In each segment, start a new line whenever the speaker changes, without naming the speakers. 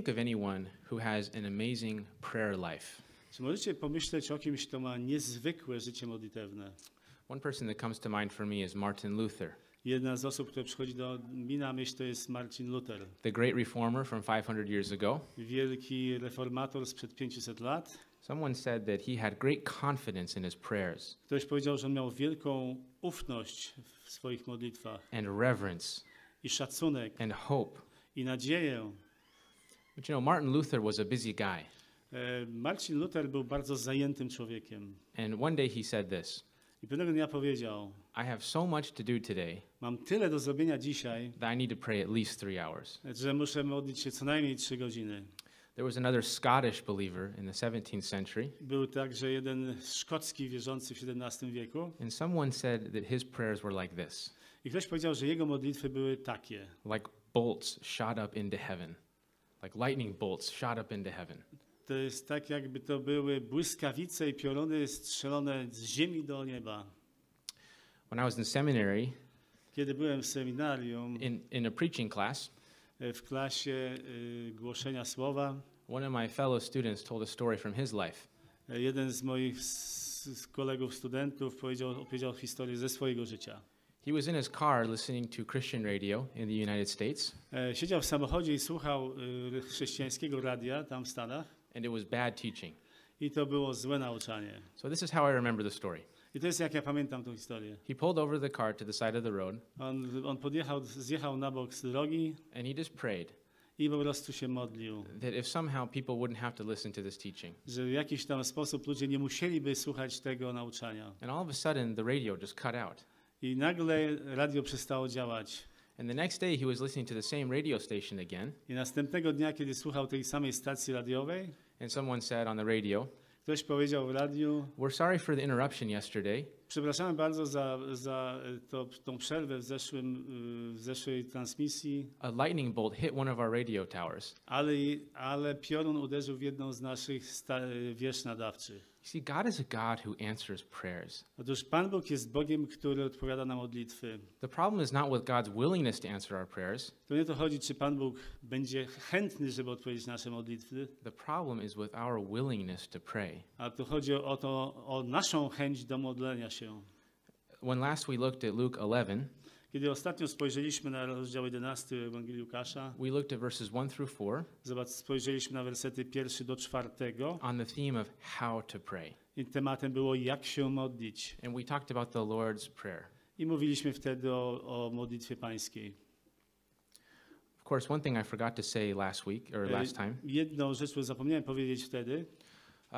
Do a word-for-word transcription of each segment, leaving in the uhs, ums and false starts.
think of anyone who has an amazing prayer life?
Czy możecie pomyśleć o kimś, kto ma niezwykłe życie modlitewne?
One person that comes to mind for me is Martin Luther,
Jedna z osób, która przychodzi do mi na myśl, to jest Marcin Luther.
the great reformer from five hundred years ago.
Wielki reformator sprzed pięciuset lat.
Someone said that he had great confidence in his prayers
Ktoś powiedział, że on miał wielką ufność w swoich modlitwach
and reverence
i szacunek
and hope.
i nadzieję.
But you know, Martin Luther was a busy guy.
E, Marcin Luther był bardzo zajętym człowiekiem.
And one day he said this,
I pewnego dnia powiedział,
I have so much to do today
mam tyle do zrobienia dzisiaj,
that I need to pray at least three hours.
że muszę modlić się co najmniej trzy godziny.
There was another Scottish believer in the seventeenth century,
Był także jeden szkocki wierzący w siedemnastym wieku.
and someone said that his prayers were like this,
I ktoś powiedział, że jego modlitwy były takie.
like bolts shot up into heaven, like lightning bolts shot up into heaven.
To jest tak, jakby to były błyskawice i pioruny strzelone z ziemi do nieba.
When I was in seminary,
Kiedy byłem w seminarium,
in, in a preaching class,
e, w klasie y, głoszenia słowa,
one of my fellow students told a story from his life.
e, jeden z moich s- z kolegów studentów powiedział, opowiedział historię ze swojego życia.
He was in his car listening to Christian radio in the United States,
E, Siedział w samochodzie i słuchał y, chrześcijańskiego radia tam w Stanach
and it was bad teaching.
i to było złe nauczanie.
So this is how I remember the story.
I to jest jak ja pamiętam tę historię.
He pulled over the car to the side of the road,
On, on podjechał, zjechał na bok z drogi
and he just prayed
i po prostu się modlił,
that if somehow people wouldn't have to listen to this teaching.
że w jakiś tam sposób ludzie nie musieliby słuchać tego nauczania.
And all of a sudden, the radio just cut out.
I nagle radio przestało działać.
And the next day, he was listening to the same radio station again,
I następnego dnia, kiedy słuchał tej samej stacji radiowej,
and someone said on the radio,
ktoś powiedział w radiu,
"We're sorry for the interruption yesterday,
przepraszamy bardzo za, za to, tą przerwę w, zeszłym, y, w zeszłej transmisji,
a lightning bolt hit one of our radio towers."
ale, ale piorun uderzył w jedną z naszych sta- wież nadawczych.
You see, God is a God who answers prayers.
Otóż Pan Bóg jest Bogiem, który odpowiada na modlitwy.
The problem is not with God's willingness to answer our prayers.
To nie o to chodzi, czy Pan Bóg będzie chętny, żeby odpowiedzieć na nasze modlitwy,
The problem is with our willingness to pray.
a tu chodzi o to, o naszą chęć do modlenia się.
When last we looked at Luke eleven,
Kiedy ostatnio spojrzeliśmy na rozdział jedenasty Ewangelii Łukasza,
we looked at verses one through four
zobacz, spojrzeliśmy na wersety pierwszy do czwartego
on the theme of how to pray.
i tematem było jak się modlić.
And we talked about the Lord's Prayer.
I mówiliśmy wtedy o, o modlitwie pańskiej.
Of course, one thing I forgot to say last week or last time,
Jedną rzecz, którą zapomniałem powiedzieć wtedy,
uh,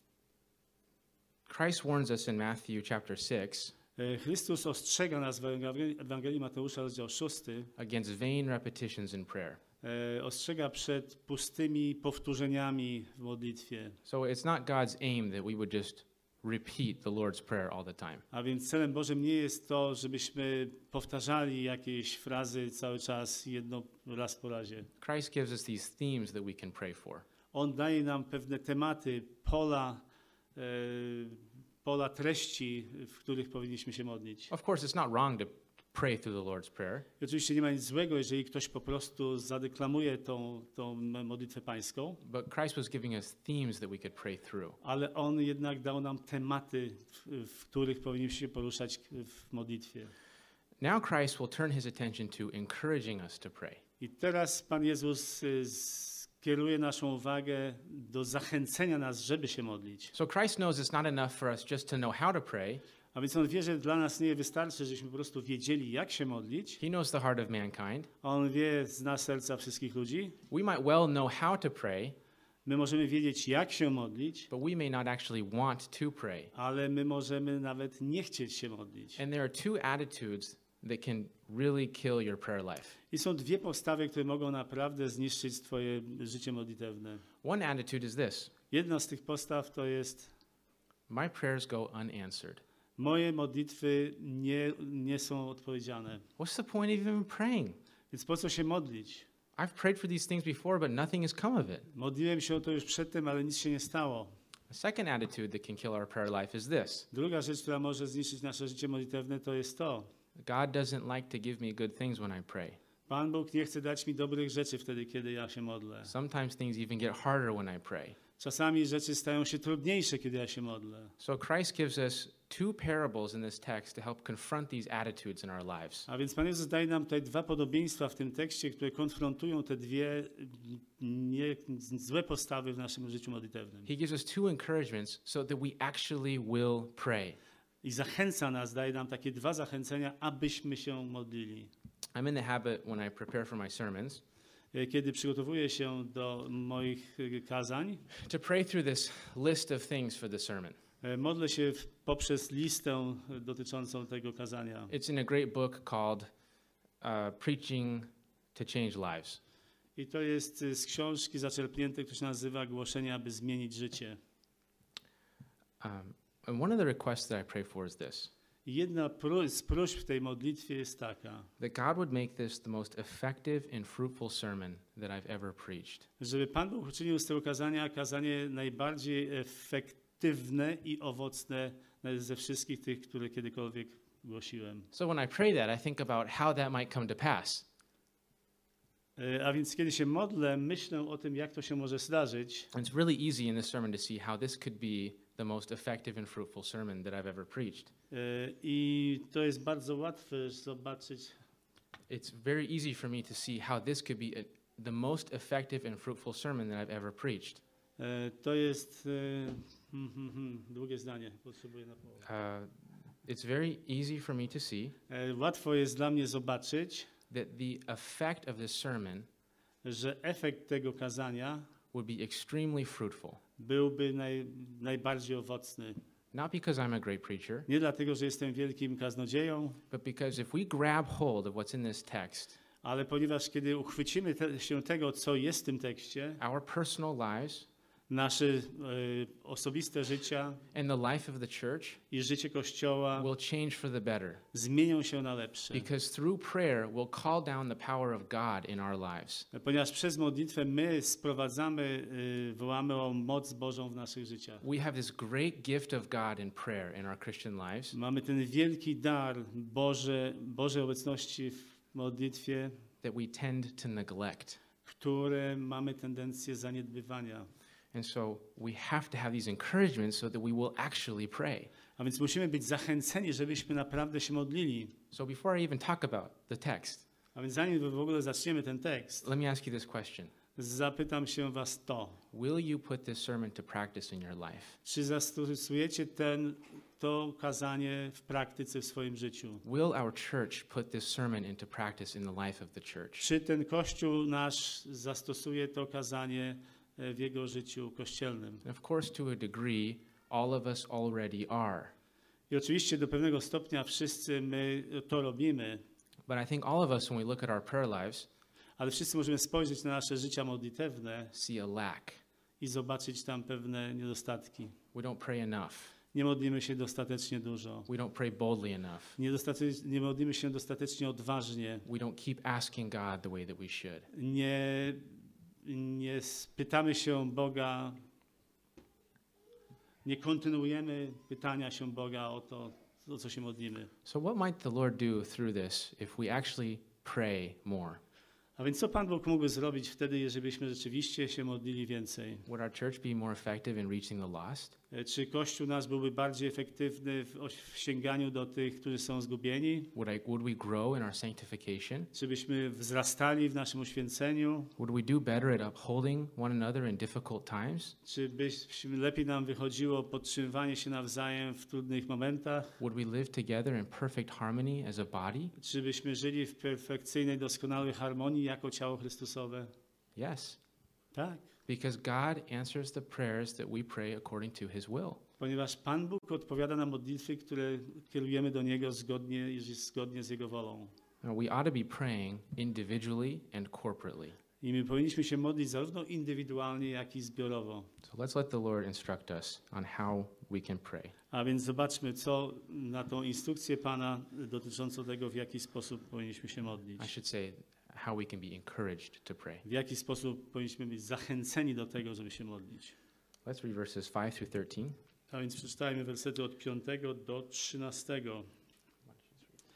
Christ warns us in Matthew chapter six
e, Chrystus ostrzega nas w Ewangelii Ewangelii Mateusza, rozdział szósty,
against vain repetitions in prayer.
e, ostrzega przed pustymi powtórzeniami w modlitwie.
So it's not God's aim that we would just repeat the Lord's Prayer all the time.
A więc celem Bożym nie jest to, żebyśmy powtarzali jakieś frazy cały czas jedno raz po razie.
Christ gives us these themes that we can pray for.
On daje nam pewne tematy, pola, e, pola treści, w których powinniśmy się modlić.
Of course, it's not wrong to pray through the Lord's Prayer,
I oczywiście nie ma nic złego, jeżeli ktoś po prostu zadeklamuje tą, tą modlitwę pańską,
but Christ was giving us themes that we could pray through.
ale On jednak dał nam tematy, w, w których powinniśmy się poruszać w modlitwie.
Now Christ will turn his attention to encouraging us to pray.
I teraz Pan Jezus y, skieruje naszą uwagę do zachęcenia nas, żeby się modlić.
So Christ knows it's not enough for us just to know how to pray.
A więc On wie, że dla nas nie wystarczy, żebyśmy po prostu wiedzieli, jak się modlić.
He knows the heart of mankind.
On wie, zna serca wszystkich ludzi.
We might well know how to pray,
My możemy wiedzieć, jak się modlić,
but we may not actually want to pray.
ale my możemy nawet nie chcieć się modlić.
And there are two attitudes that can really kill your prayer life.
I są dwie postawy, które mogą naprawdę zniszczyć twoje życie modlitewne.
One attitude is this:
Jedna z tych postaw to jest:
my prayers go unanswered.
moje modlitwy nie, nie są odpowiedziane.
What's the point of even praying?
Więc po co się modlić?
I've prayed for these things before, but nothing has come of it.
Modliłem się o to już przedtem, ale nic się nie stało.
A second attitude that can kill our prayer life is this:
Druga rzecz, która może zniszczyć nasze życie modlitewne, to jest to:
God doesn't like to give me good things when I pray.
Pan Bóg nie chce dać mi dobrych rzeczy wtedy, kiedy ja się modlę.
Sometimes things even get harder when I pray.
Czasami rzeczy stają się trudniejsze, kiedy ja się modlę.
So Christ gives us two parables in this text to help confront these attitudes in our lives.
A więc Pan Jezus daje nam tutaj dwa podobieństwa w tym tekście, które konfrontują te dwie nie, złe postawy w naszym życiu modlitewnym.
He gives us two encouragements so that we actually will pray.
I zachęca nas, daje nam takie dwa zachęcenia, abyśmy się modlili.
I'm in the habit when I prepare for my sermons
Kiedy przygotowuję się do moich kazań,
to pray through this list of things for the sermon.
modlę się w- poprzez listę dotyczącą tego kazania.
It's in a great book called uh, Preaching to Change Lives.
I to jest z książki zaczerpnięte, która się nazywa Głoszenie, aby zmienić życie.
Um, and one of the requests that I pray for is this.
I jedna pro- z próśb w tej modlitwie jest taka,
That God would make this the most effective and fruitful sermon that I've ever preached.
żeby Pan Bóg uczynił z tego kazania kazanie najbardziej efektywne i owocne ze wszystkich tych, które kiedykolwiek głosiłem.
So when I pray that, I think about how that might come to pass.
E, A więc kiedy się modlę, myślę o tym, jak to się może zdarzyć.
And it's really easy in this sermon to see how this could be the most effective and fruitful sermon that I've ever preached.
E, I to jest bardzo łatwe zobaczyć,
It's very easy for me to see how this could be a, the most effective and fruitful sermon that I've ever preached.
e, to jest e, hmm, hmm, hmm, długie zdanie, potrzebuję na połowę.
Uh, it's very easy for me to see
E, Łatwo jest dla mnie zobaczyć,
that the effect of this sermon
że efekt tego kazania
would be extremely fruitful.
byłby naj, najbardziej owocny.
Not because I'm a great preacher,
Nie dlatego, że jestem wielkim kaznodzieją,
but because if we grab hold of what's in this text,
ale ponieważ kiedy uchwycimy te, się tego, co jest w tym tekście,
our personal lives
nasze e, osobiste życia
and the life of the church
i życie Kościoła
will change for the better.
zmienią się na lepsze.
Because through prayer, we'll call down the power of God in our lives.
Ponieważ przez modlitwę my sprowadzamy, y, wołamy o moc Bożą w naszych życiach.
We have this great gift of God in prayer in our Christian lives
Mamy ten wielki dar Boże, Bożej obecności w modlitwie,
that we tend to neglect.
które mamy tendencję zaniedbywania.
And so we have to have these encouragements so that we will actually pray.
A więc musimy być zachęceni, żebyśmy naprawdę się modlili.
So before I even talk about the text,
A więc zanim w ogóle zaczniemy ten tekst,
let me ask you this question.
zapytam się was to.
Will you put this sermon to practice in your life?
Czy zastosujecie ten, to kazanie w praktyce w swoim życiu?
Will our church put this sermon into practice in the life of the church?
Czy ten Kościół nasz zastosuje to kazanie e, w jego życiu kościelnym?
And of course, to a degree, all of us already are.
I oczywiście do pewnego stopnia wszyscy my to robimy,
But I think all of us, when we look at our prayer lives,
ale wszyscy możemy spojrzeć na nasze życia modlitewne
see a lack.
i zobaczyć tam pewne niedostatki.
We don't pray enough.
Nie modlimy się dostatecznie dużo.
We don't pray boldly enough.
Nie, dostate- nie modlimy się dostatecznie odważnie.
We don't keep asking God the way that we should.
Nie, nie pytamy się Boga, nie kontynuujemy pytania się Boga o to, o co się modlimy.
So, what might the Lord do through this if we actually pray more?
A więc co Pan Bóg mógłby zrobić wtedy, jeżeli byśmy rzeczywiście się modlili więcej?
Would our church be more effective in reaching the lost?
E, Czy Kościół nasz byłby bardziej efektywny w, oś- w sięganiu do tych, którzy są zgubieni?
Would, I, would we grow in our sanctification?
Czy byśmy wzrastali w naszym uświęceniu?
Would we do better at upholding one another in difficult times?
Czy byśmy lepiej nam wychodziło podtrzymywanie się nawzajem w trudnych momentach?
Would we live together in perfect harmony as a body?
Czy byśmy żyli w perfekcyjnej, doskonałej harmonii jako ciało Chrystusowe?
Yes,
Tak.
because God answers the prayers that we pray according to His will.
Ponieważ Pan Bóg odpowiada na modlitwy, które kierujemy do Niego zgodnie, jeżeli zgodnie z Jego wolą.
Now, we ought to be praying individually and corporately.
I my powinniśmy się modlić zarówno indywidualnie, jak i zbiorowo.
So let's let the Lord instruct us on how we can pray.
A więc zobaczmy, co na tą instrukcję Pana dotyczącą tego, w jaki sposób powinniśmy się
I
modlić.
should say how we can be encouraged to pray.
W jaki sposób powinniśmy być zachęceni do tego, żeby się modlić.
Let's read verses five through thirteen.
A więc przeczytajmy wersety od piątego do trzynastego.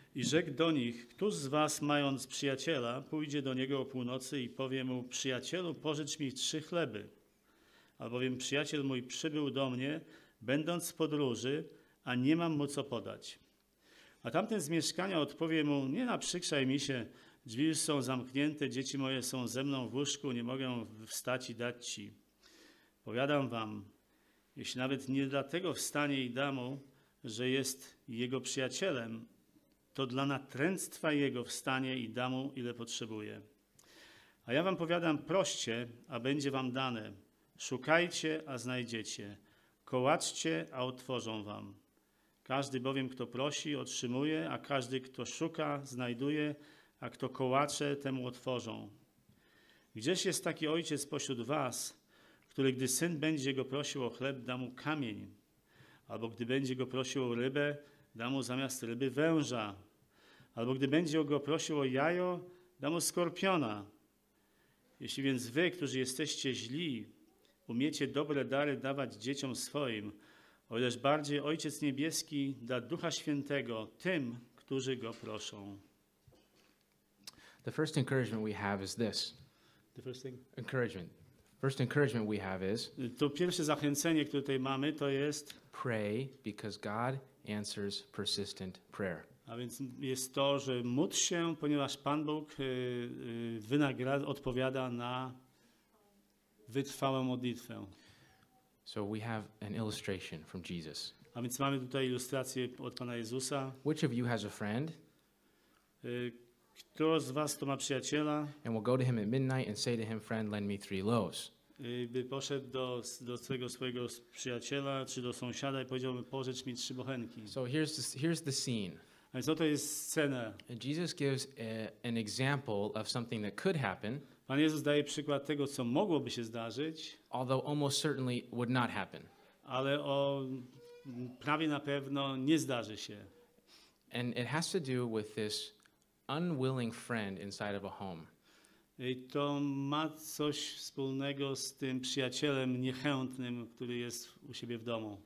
I rzekł do nich, któż z was, mając przyjaciela, pójdzie do niego o północy i powie mu, przyjacielu, pożycz mi trzy chleby. Albowiem przyjaciel mój przybył do mnie, będąc w podróży, a nie mam mu co podać. A tamten z mieszkania odpowie mu, nie naprzykrzaj mi się, drzwi już są zamknięte, dzieci moje są ze mną w łóżku, nie mogę wstać i dać ci. Powiadam wam, jeśli nawet nie dlatego wstanie i da mu, że jest jego przyjacielem, to dla natręctwa jego wstanie i da mu, ile potrzebuje. A ja wam powiadam, proście, a będzie wam dane. Szukajcie, a znajdziecie. Kołaczcie, a otworzą wam. Każdy bowiem, kto prosi, otrzymuje, a każdy, kto szuka, znajduje, a kto kołacze, temu otworzą. Gdzież jest taki ojciec pośród was, który, gdy syn będzie go prosił o chleb, da mu kamień, albo gdy będzie go prosił o rybę, da mu zamiast ryby węża, albo gdy będzie go prosił o jajo, da mu skorpiona. Jeśli więc wy, którzy jesteście źli, umiecie dobre dary dawać dzieciom swoim, o ileż bardziej Ojciec Niebieski da Ducha Świętego tym, którzy Go proszą.
The first encouragement we have is this.
The first thing.
Encouragement. First encouragement we have is
To pierwsze zachęcenie, które tutaj mamy, to jest,
pray because God answers persistent prayer.
a więc jest to, że módl się, ponieważ Pan Bóg y, y, wynagrad, odpowiada na wytrwałą modlitwę.
So we have an illustration from Jesus.
A więc mamy tutaj ilustrację od Pana Jezusa.
Which of you has a friend
Y, Kto z was to ma przyjaciela,
and will go to him at midnight and say to him, friend, lend me three loaves?
y, by poszedł do, do swojego, swojego przyjaciela czy do sąsiada i powiedział mu, pożycz mi trzy bochenki.
So here's the, here's the scene.
A więc oto jest scena.
Jesus gives a, an example of something that could happen,
Pan Jezus daje przykład tego, co mogłoby się zdarzyć,
although almost certainly would not happen.
ale o prawie na pewno nie zdarzy się.
And it has to do with this unwilling friend inside of a home.
I to ma coś wspólnego z tym przyjacielem niechętnym, który jest u siebie w domu.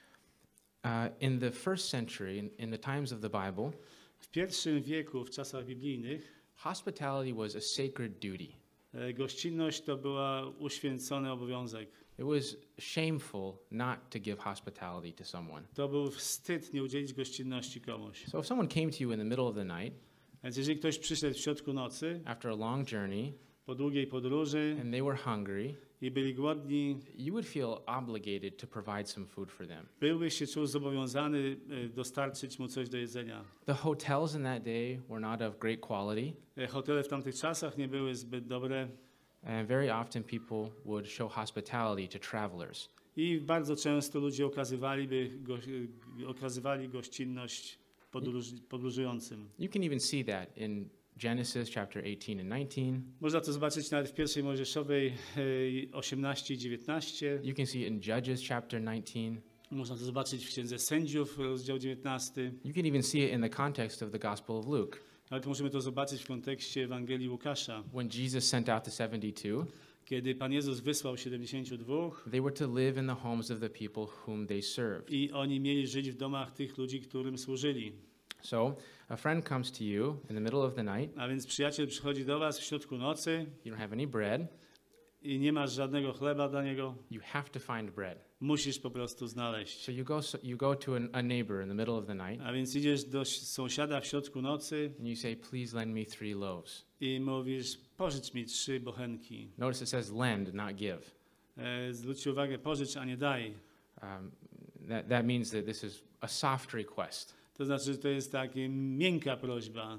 Uh, in the first century, in, in the times of the Bible,
W pierwszym wieku, w czasach biblijnych,
hospitality was a sacred duty.
e, gościnność to była uświęcony obowiązek.
It was shameful not to give hospitality to someone.
To był wstyd nie udzielić gościnności komuś.
So if someone came to you in the middle of the night
Więc jeżeli ktoś przyszedł w środku nocy,
after a long journey
po długiej podróży
and they were hungry,
i byli głodni,
you would feel obligated to provide some food for them.
byłbyś się czuł zobowiązany e, dostarczyć mu coś do jedzenia.
The hotels in that day were not of great quality,
E, Hotele w tamtych czasach nie były zbyt dobre
and very often people would show hospitality to travelers.
i bardzo często ludzie okazywaliby go, e, okazywali gościnność podróż, podróżującym.
You can even see that in Genesis chapter eighteen and nineteen.
Można to zobaczyć nawet w pierwszej Mojżeszowej e, osiemnaście i dziewiętnaście.
You can see it in Judges chapter nineteen.
Można to zobaczyć w Księdze Sędziów, rozdział dziewiętnasty.
You can even see it in the context of the Gospel of Luke.
Nawet możemy to zobaczyć w kontekście Ewangelii Łukasza.
When Jesus sent out the seventy-two,
Kiedy Pan Jezus wysłał siedemdziesięciu dwóch
they were to live in the homes of the people whom they served.
i oni mieli żyć w domach tych ludzi, którym służyli.
So a friend comes to you in the middle of the night.
A więc przyjaciel przychodzi do was w środku nocy
You don't have any bread.
i nie masz żadnego chleba dla niego.
You have to find bread.
Musisz po prostu znaleźć.
So you go, so you go to an, a neighbor in the middle of the night
A więc idziesz do s- sąsiada w środku nocy
and you say, please lend me three loaves.
i mówisz, pożycz mi trzy bochenki.
Notice it says lend, not give.
E, zwróćcie uwagę, pożycz, a nie daj.
Um, that, that means that this is a soft request.
To znaczy, że to jest taka miękka prośba,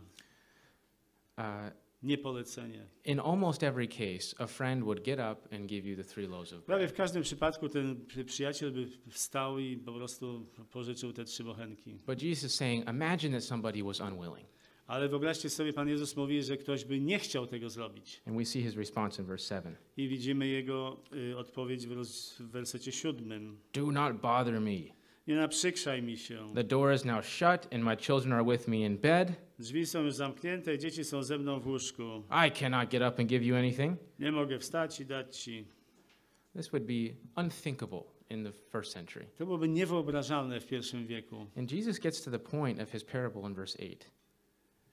Uh,
nie polecenie.
in almost every case, a friend would get up and give you the three loaves of
Prawie
bread.
w każdym przypadku ten przy- przyjaciel by wstał i po prostu pożyczył te trzy bochenki.
But Jesus is saying, imagine that somebody was unwilling.
Ale wyobraźcie sobie, Pan Jezus mówi, że ktoś by nie chciał tego zrobić.
And we see his response in verse seven.
I widzimy jego y, odpowiedź w, roz, w wersecie siódmym.
Do not bother me.
Nie naprzykrzaj mi się.
The door is now shut and my children are with me in bed.
Drzwi są już zamknięte, dzieci są ze mną w łóżku.
I cannot get up and give you anything.
Nie mogę wstać i dać ci.
This would be unthinkable in the first century.
To byłoby niewyobrażalne w pierwszym wieku.
And Jesus gets to the point of his parable in verse eight.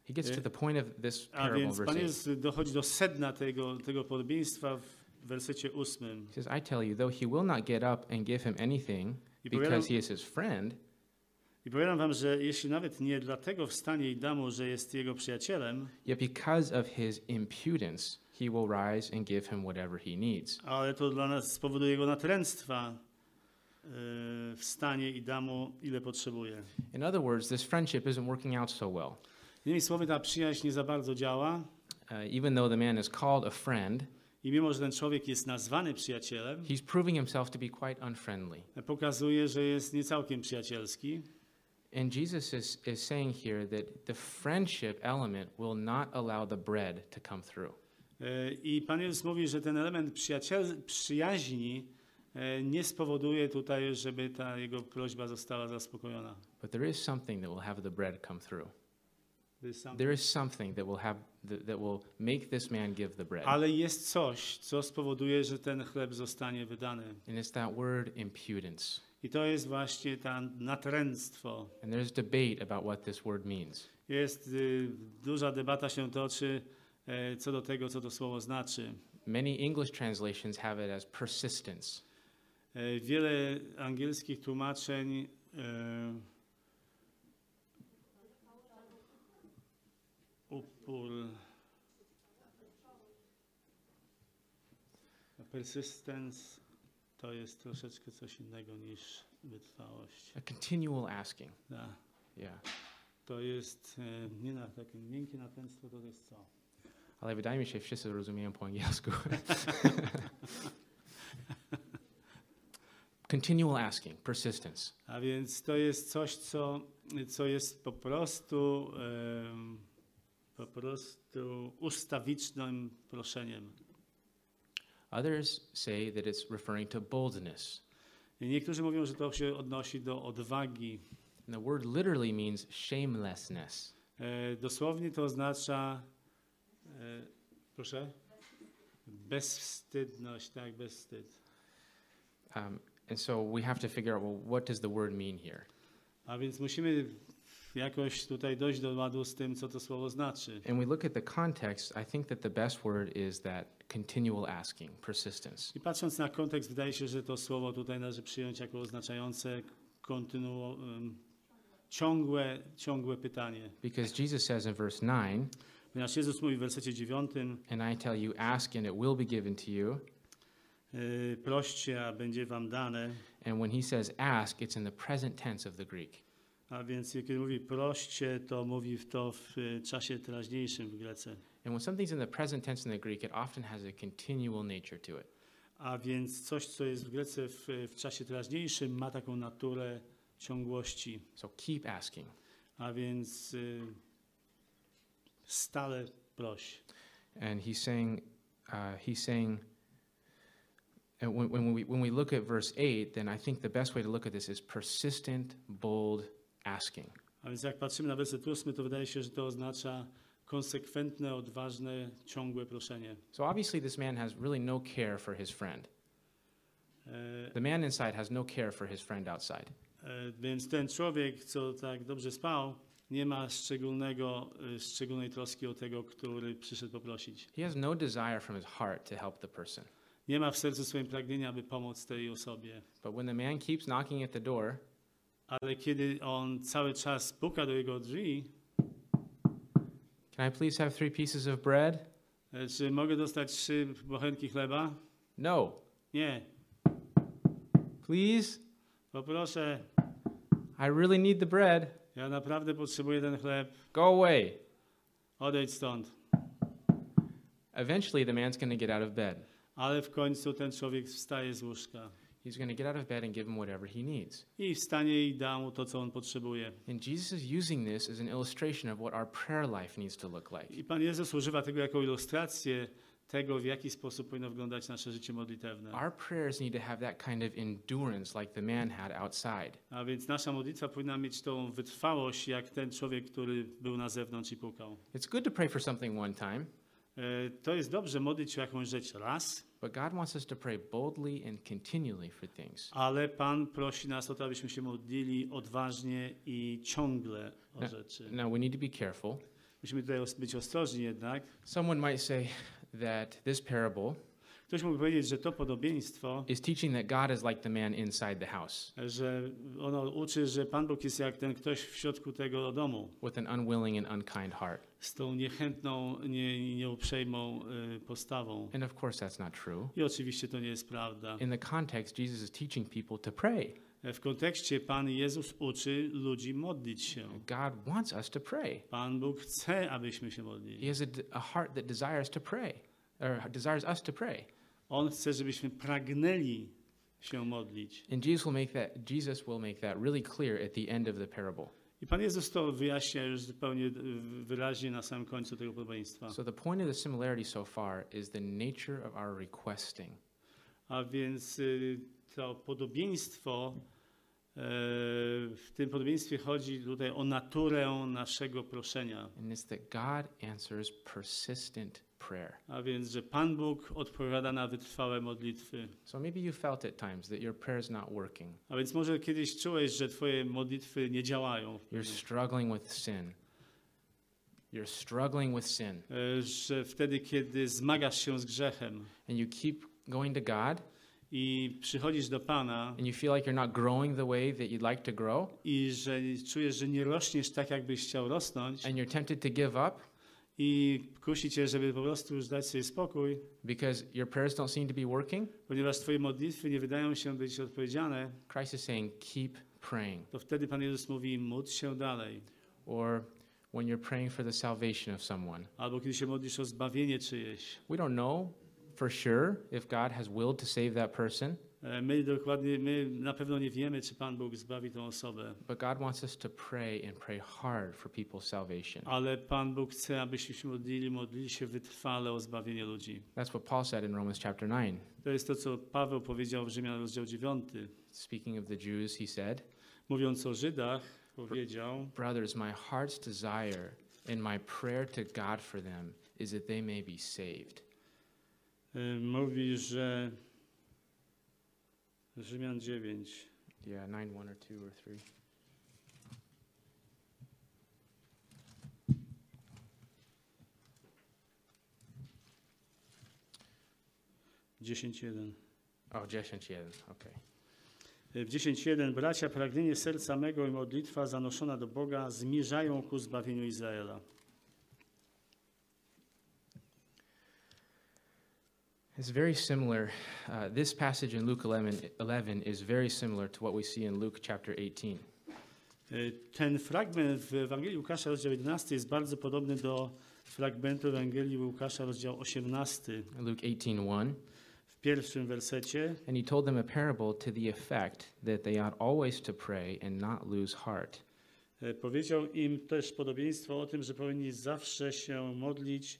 He gets to the point of this
A
parable,
więc
verse
Pan
eight.
Jezus dochodzi do sedna tego, tego podobieństwa w wersecie ósmym.
He says, I tell you, though he will not get up and give him anything
I powiadam,
because he is his friend,
I powiadam wam, że jeśli nawet nie dlatego wstanie i da mu, że jest jego przyjacielem,
yet because of his impudence, he will rise and give him whatever he needs.
ale to dla nas z powodu jego natręctwa yy, wstanie i da mu, ile potrzebuje.
In other words, this friendship isn't working out so well.
Innymi słowy, ta przyjaźń nie za bardzo działa
Uh, even though the man is called a friend,
i mimo, że ten człowiek jest nazwany przyjacielem,
he's proving himself to be quite unfriendly.
pokazuje, że jest nie całkiem przyjacielski.
And Jesus is, is saying here that the friendship element will not allow the bread to come through.
Yy, I Pan Jezus mówi, że ten element przyjaciel, przyjaźni yy, nie spowoduje tutaj, żeby ta jego prośba została zaspokojona.
But there is something that will have the bread come through.
To jest sam-
There is something that will have the, that will make this man give the bread.
Ale jest coś, co spowoduje, że ten chleb zostanie wydany.
And it's that word impudence.
I to jest właśnie to natręctwo.
And there's debate about what this word means.
Jest y, duża debata się toczy e, co do tego, co to słowo znaczy.
Many English translations have it as persistence.
E, wiele angielskich tłumaczeń e, upór, persistence to jest troszeczkę coś innego niż wytrwałość.
A continual asking.
Da.
Yeah.
To jest e, nie na takie miękkie natręctwo, to jest co?
Ale wydaje mi się, wszyscy rozumieją po angielsku. Continual asking, persistence.
A więc to jest coś, co, co jest po prostu em, po prostu ustawicznym proszeniem.
Others say that it's referring to boldness.
I niektórzy mówią, że to się odnosi do odwagi.
And the word literally means shamelessness.
E, dosłownie to oznacza e, proszę? Bezwstydność, tak, bezwstyd.
Um, and so we have to figure out, well, what does the word mean here?
A więc musimy jakoś tutaj dojść do ładu z tym, co to słowo znaczy.
And we look at the context, I think that the best word is that continual asking, persistence.
I patrząc na kontekst, wydaje się, że to słowo tutaj należy przyjąć jako oznaczające kontynuo, um, ciągłe, ciągłe pytanie.
Because Jesus says in verse nine,
Ponieważ Jezus mówi w wersecie dziewiątym,
and I tell you, ask and it will be given to you.
yy, proście, a będzie wam dane.
And when he says ask, it's in the present tense of the Greek.
A więc kiedy mówi proście, to mówi w to w y, czasie teraźniejszym w Grece.
And when something's in the present tense in the Greek, it often has a continual nature to it.
A więc coś, co jest w Grece w, w czasie teraźniejszym, ma taką naturę ciągłości.
So keep asking.
A więc y, stale proś.
And he's saying, uh, he's saying, and when, when, we, when we look at verse eight, then I think the best way to look at this is persistent, bold asking.
A więc jak patrzymy na werset ósmy, to wydaje się, że to oznacza konsekwentne, odważne, ciągłe proszenie.
So obviously this man has really no care for his friend.
E,
The man inside has no care for his friend outside.
e, więc ten człowiek, co tak dobrze spał, nie ma szczególnego, e, szczególnej troski o tego, który przyszedł poprosić.
He has no desire from his heart to help the person.
Nie ma w sercu swoim pragnienia, aby pomóc tej osobie.
But when the man keeps knocking at the door,
Ale kiedy on cały czas puka do jego drzwi,
can I please have three pieces of bread?
e, czy mogę dostać trzy bochenki chleba?
No.
Nie.
Please?
Poproszę,
I really need the bread.
ja naprawdę potrzebuję ten chleb.
Go away.
Odejdź stąd.
Eventually, the man's going to get out of bed.
Ale w końcu ten człowiek wstaje z łóżka.
He's going to get out of bed and give him whatever he needs.
I wstanie i da mu to, co on potrzebuje.
And Jesus is using this as an illustration of what our prayer life needs to look like.
I Pan Jezus używa tego jako ilustrację tego, w jaki sposób powinno wyglądać nasze życie modlitewne.
Our prayers need to have that kind of endurance like the man had outside.
A więc nasza modlitwa powinna mieć tą wytrwałość, jak ten człowiek, który był na zewnątrz i pukał.
It's good to pray for something one time,
E, To jest dobrze modlić się o jakąś rzecz raz,
but God wants us to pray boldly and continually for things.
ale Pan prosi nas o to, abyśmy się modlili odważnie i ciągle o rzeczy.
Now, we need to be careful
Musimy tutaj os- być ostrożni jednak.
Someone might say that this parable
Ktoś mógł powiedzieć, że to podobieństwo,
is teaching that God is like the man inside the house
że ono uczy, że Pan Bóg jest jak ten ktoś w środku tego domu,
with an unwilling and unkind heart.
z tą niechętną, nie, nieuprzejmą y, postawą.
And of course, that's not true.
I oczywiście to nie jest prawda.
In the context, Jesus is teaching people to pray.
W kontekście Pan Jezus uczy ludzi modlić się.
God wants us to pray.
Pan Bóg chce, abyśmy się
He
modlili.
has a, d- a heart that desires to pray, or desires us to pray.
On chce, żebyśmy pragnęli się modlić.
And Jesus will make that Jesus will make that really clear at the end of the parable.
I Pan Jezus to wyjaśnia już zupełnie y, wyraźnie na samym końcu tego podobieństwa.
So the point of the similarity so far is the nature of our requesting.
A więc y, to podobieństwo, e, w tym podobieństwie chodzi tutaj o naturę naszego proszenia.
And it's that God answers persistent prayer.
A więc, że Pan Bóg odpowiada na wytrwałe modlitwy.
So maybe you felt at times that your prayer is not working.
A więc może kiedyś czułeś, że twoje modlitwy nie działają.
You're struggling with sin. You're struggling with sin.
E, Że wtedy, kiedy zmagasz się z grzechem
And you keep going to God
i przychodzisz do Pana
and you feel like you're not growing the way that you'd like to grow
i że czujesz, że nie rośniesz tak, jakbyś chciał rosnąć
and you're tempted to give up
i kusi cię, żeby po prostu już dać sobie spokój,
because your prayers don't seem to be working,
ponieważ twoje modlitwy nie wydają się być odpowiedziane,
Christ is saying, keep praying.
to wtedy Pan Jezus mówi, módl się dalej.
Or when you're praying for the salvation of someone.
Albo kiedy się modlisz o zbawienie czyjeś.
We don't know for sure if God has willed to save that person,
E, My dokładnie, my na pewno nie wiemy, czy Pan Bóg zbawi tę osobę,
but God wants us to pray and pray hard for people's salvation.
ale Pan Bóg chce, abyśmy się modlili, modlili się wytrwale o zbawienie ludzi.
That's what Paul said in Romans chapter nine.
To jest to, co Paweł powiedział w Rzymian rozdział dziewiąty.
Speaking of the Jews, he said,
Mówiąc o Żydach, powiedział:
brothers, my heart's desire and my prayer to God for them is that they may be saved.
y, mówi, że Rzymian dziewięć.
Yeah, nine, one or two or three.
dziesięć jeden.
Oh, dziesięć jeden, okay.
W dziesięć jeden bracia, pragnienie serca mego i modlitwa zanoszona do Boga zmierzają ku zbawieniu Izraela.
It's very similar. Uh, this passage in Luke eleven, eleven is very similar to what we see in Luke chapter eighteen.
Y, Ten fragment w Ewangelii Łukasza, rozdział jedenasty, jest bardzo podobny do fragmentu Ewangelii Łukasza, rozdział osiemnasty.
Luke eighteen one.
W pierwszym wersecie:
And he told them a parable to the effect that they ought always to pray and not lose heart.
y, powiedział im też podobieństwo o tym, że powinni zawsze się modlić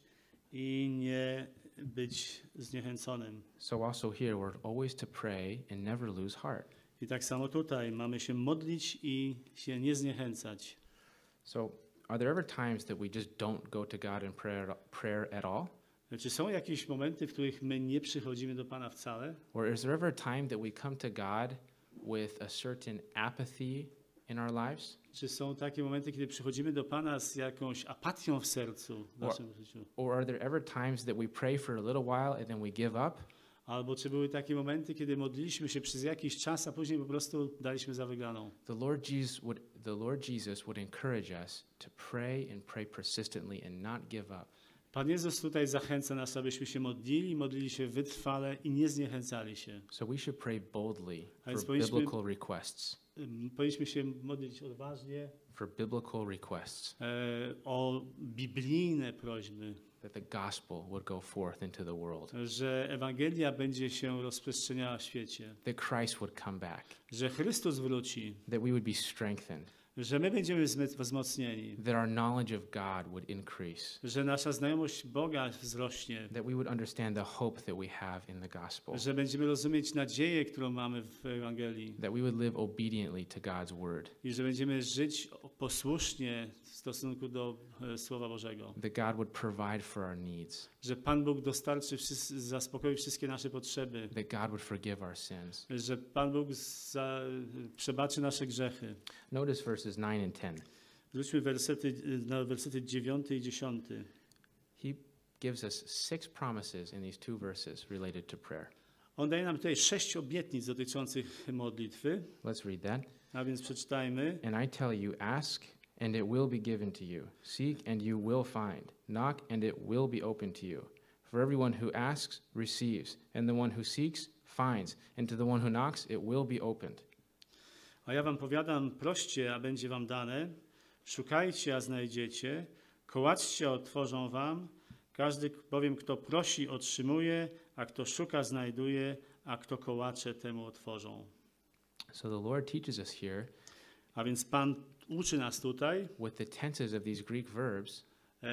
i nie być zniechęconym.
So also here we're always to pray and never lose heart.
I tak samo tutaj mamy się modlić i się nie zniechęcać.
So are there ever times that we just don't go to God in prayer, prayer at all?
Czy są jakieś momenty, w których my nie przychodzimy do Pana wcale?
Or is there ever a time that we come to God with a certain apathy in our lives?
Czy są takie momenty, kiedy przychodzimy do Pana z jakąś apatią w sercu w naszym życiu?
Or are there ever times that we pray for a little while and then we give up?
Albo czy były takie momenty, kiedy modliliśmy się przez jakiś czas, a później po prostu daliśmy za wygraną?
The Lord Jesus would the Lord Jesus would encourage us to pray and pray persistently and not give up.
Pan Jezus tutaj zachęca nas, abyśmy się modlili, modlili się wytrwale i nie zniechęcali się.
So we should pray boldly
A więc
for
powinniśmy-
biblical requests.
Ym, Powinniśmy się modlić odważnie
For biblical requests
e, o biblijne prośby,
that the gospel would go forth into the world.
że Ewangelia będzie się rozprzestrzeniała w świecie,
That Christ would come back.
że Chrystus wróci,
That we would be strengthened.
że my będziemy wzm- wzmocnieni,
That our knowledge of God would increase.
że nasza znajomość Boga wzrośnie,
That we would understand the hope that we have in the gospel.
że będziemy rozumieć nadzieję, którą mamy w Ewangelii
That we would live obediently to God's word.
i że będziemy żyć posłusznie w stosunku do e, Słowa Bożego,
That God would provide for our needs.
że Pan Bóg dostarczy, wszys- zaspokoi wszystkie nasze potrzeby,
That God would forgive our sins.
że Pan Bóg za, przebaczy nasze grzechy.
Notice verses nine and ten.
Zwróćmy wersety, na wersety dziewiąty i dziesiąty.
He gives us six promises in these two verses related to prayer.
On daje nam tutaj sześć obietnic dotyczących modlitwy,
Let's read that.
a więc przeczytajmy.
And I tell you, ask, and it will be given to you. Seek, and you will find. Knock, and it will be opened to you. For everyone who asks receives, and the one who seeks finds, and to the one who knocks it will be opened.
A ja wam powiadam, proście, a będzie wam dane, szukajcie, a znajdziecie, kołaczcie, a otworzą wam. Każdy bowiem, kto prosi, otrzymuje, a kto szuka, znajduje, a kto kołacze, temu otworzą.
So the Lord teaches us here
A więc Pan uczy nas tutaj
with the tenses of these Greek verbs
e,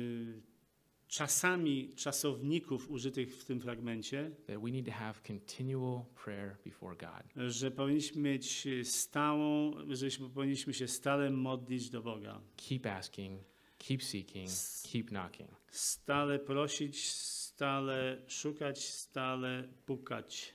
czasami czasowników użytych w tym fragmencie,
that we need to have continual prayer before God.
że powinniśmy mieć stałą, żeśmy powinniśmy się stale modlić do Boga.
Keep asking, keep seeking, keep knocking.
Stale prosić, stale szukać, stale pukać.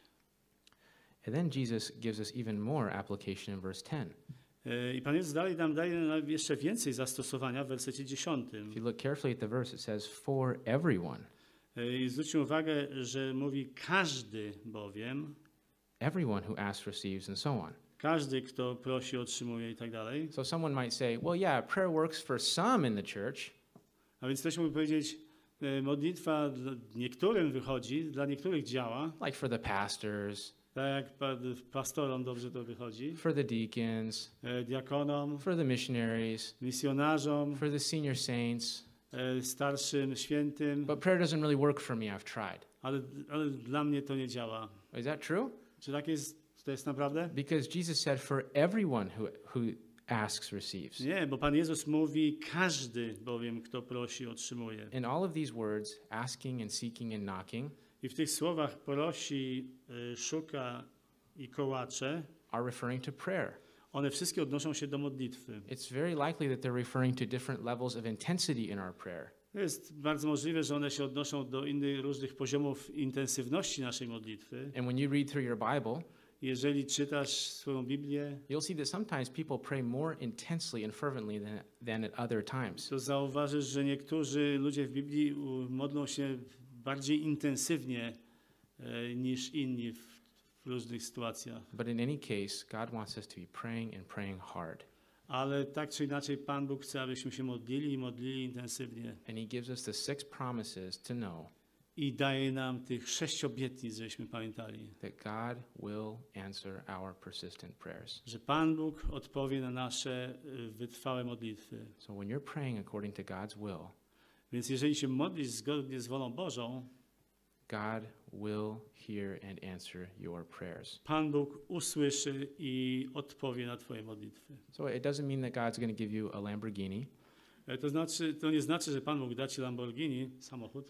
And then Jesus gives us even more application in verse ten.
E, I Pan Jezus dalej nam daje nam jeszcze więcej zastosowania w wersecie dziesiątym.
If you look carefully at the verse, it says, for everyone.
E, I zwróćmy uwagę, że mówi każdy bowiem,
Everyone who asks receives, and so on.
każdy, kto prosi, otrzymuje i tak dalej.
So someone might say, well, yeah, prayer works for some in the church,
A więc ktoś mógł powiedzieć, e, modlitwa dla niektórym wychodzi, dla niektórych działa,
like for the pastors,
tak jak pa- pastorom dobrze to wychodzi,
for the deacons,
e, diakonom,
for the missionaries,
misjonarzom,
for the senior saints.
e, starszym, świętym,
But prayer doesn't really work for me. I've tried.
ale, ale dla mnie to nie działa.
Is that true?
Czy tak jest, to jest naprawdę?
Because Jesus said, for everyone who, who asks receives.
Nie, bo Pan Jezus mówi, każdy bowiem, kto prosi, otrzymuje.
In all of these words, asking and seeking and knocking,
I w tych słowach prosi, y, szuka i kołacze,
are referring to prayer.
one wszystkie odnoszą się do modlitwy.
It's very likely that they're referring to different levels of intensity in our prayer.
Jest bardzo możliwe, że one się odnoszą do innych różnych poziomów intensywności naszej modlitwy.
And when you read through your Bible,
Jeżeli czytasz swoją Biblię,
you'll see that sometimes people pray more intensely and fervently than, than at other times.
to zauważysz, że niektórzy ludzie w Biblii u, modlą się bardziej intensywnie e, niż inni w, w różnych sytuacjach.
But in any case, God wants us to be praying and praying hard.
Ale tak czy inaczej Pan Bóg chce, abyśmy się modlili i modlili intensywnie.
And He gives us the six promises to know
I daje nam tych sześć obietnic, żebyśmy pamiętali,
that God will answer our persistent prayers.
że Pan Bóg odpowie na nasze y, wytrwałe modlitwy.
So when you're praying according to God's will,
Więc jeżeli się modlisz zgodnie z wolą Bożą,
God will hear and answer your prayers.
Pan Bóg usłyszy i odpowie na twoje modlitwy.
So it doesn't mean that God's going to give you a Lamborghini.
E, To znaczy, to nie znaczy, że Pan Bóg da ci Lamborghini, samochód,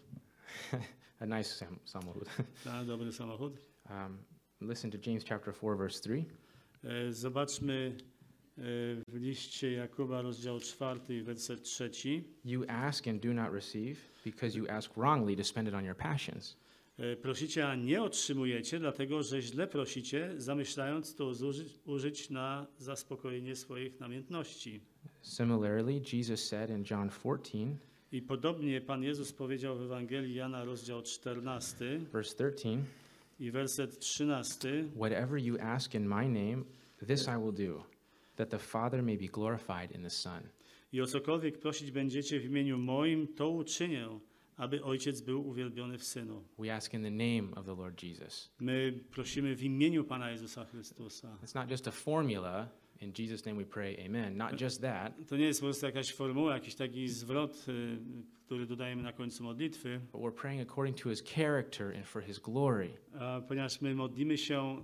A nice sam- samochód.
tak, dobry samochód.
Um, listen to James chapter four, verse three.
E, Zobaczmy e, w liście Jakuba, rozdział czwarty, werset trzeci.
You ask and do not receive because you ask wrongly to spend it on your passions.
E, Prosicie, a nie otrzymujecie, dlatego że źle prosicie, zamyślając to zużyć, użyć na zaspokojenie swoich namiętności.
Similarly, Jesus said in John fourteen,
I podobnie Pan Jezus powiedział w Ewangelii Jana, rozdział czternasty
verse thirteen,
i werset trzynasty.
whatever you ask in my name, this I will do, that the Father may be glorified in the Son.
I o cokolwiek prosić będziecie w imieniu moim, to uczynię, aby Ojciec był uwielbiony w Synu.
We ask in the name of the Lord Jesus.
My prosimy w imieniu Pana Jezusa Chrystusa.
It's not just a formula. In Jesus' name we pray, amen. Not just that,
To nie jest po prostu jakaś formuła, jakiś taki zwrot, y, który dodajemy na końcu modlitwy,
but we're praying according to His character and for His glory.
a ponieważ my modlimy się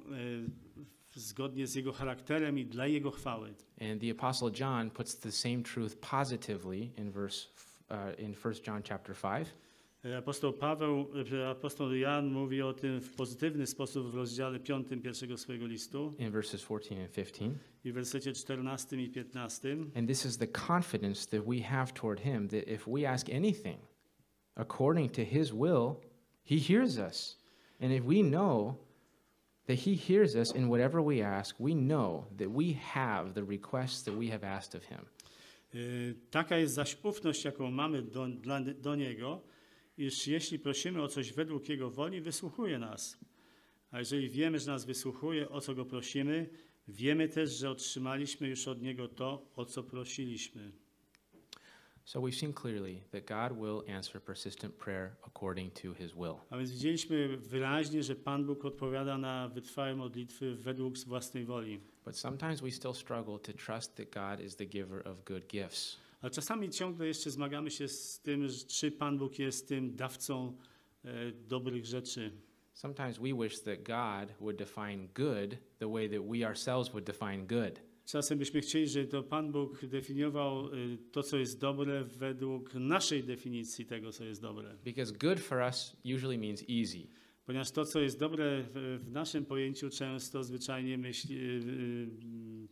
y, zgodnie z Jego charakterem i dla Jego chwały.
And the Apostle John puts the same truth positively in verse uh, in First John chapter five.
Y, Apostoł Paweł, y, apostoł Jan mówi o tym w pozytywny sposób w rozdziale piątym pierwszego swojego listu
In verses fourteen and fifteen.
i w wersecie czternastym i piętnastym.
And this is the confidence that we have toward Him, that if we ask anything according to His will, He hears us. And if we know that He hears us in whatever we ask, we know that we have the requests that we have asked of Him.
Y, Taka jest zaś ufność, jaką mamy do, dla, do Niego, iż jeśli prosimy o coś według Jego woli, wysłuchuje nas. A jeżeli wiemy, że nas wysłuchuje, o co Go prosimy, wiemy też, że otrzymaliśmy już od Niego to, o co prosiliśmy.
So we've seen clearly that God will answer persistent prayer according to his will.
A więc widzieliśmy wyraźnie, że Pan Bóg odpowiada na wytrwałe modlitwy według własnej woli.
But sometimes we still struggle to trust that God is the giver of good gifts.
Ale czasami ciągle jeszcze zmagamy się z tym, że czy Pan Bóg jest tym dawcą e, dobrych rzeczy.
Sometimes we wish that God would define good the way that we ourselves would define good.
Czasem byśmy chcieli, żeby to Pan Bóg definiował y, to, co jest dobre według naszej definicji tego, co jest dobre.
Because good for us usually means easy.
Ponieważ to, co jest dobre w, w naszym pojęciu, często zwyczajnie myśli, y, y,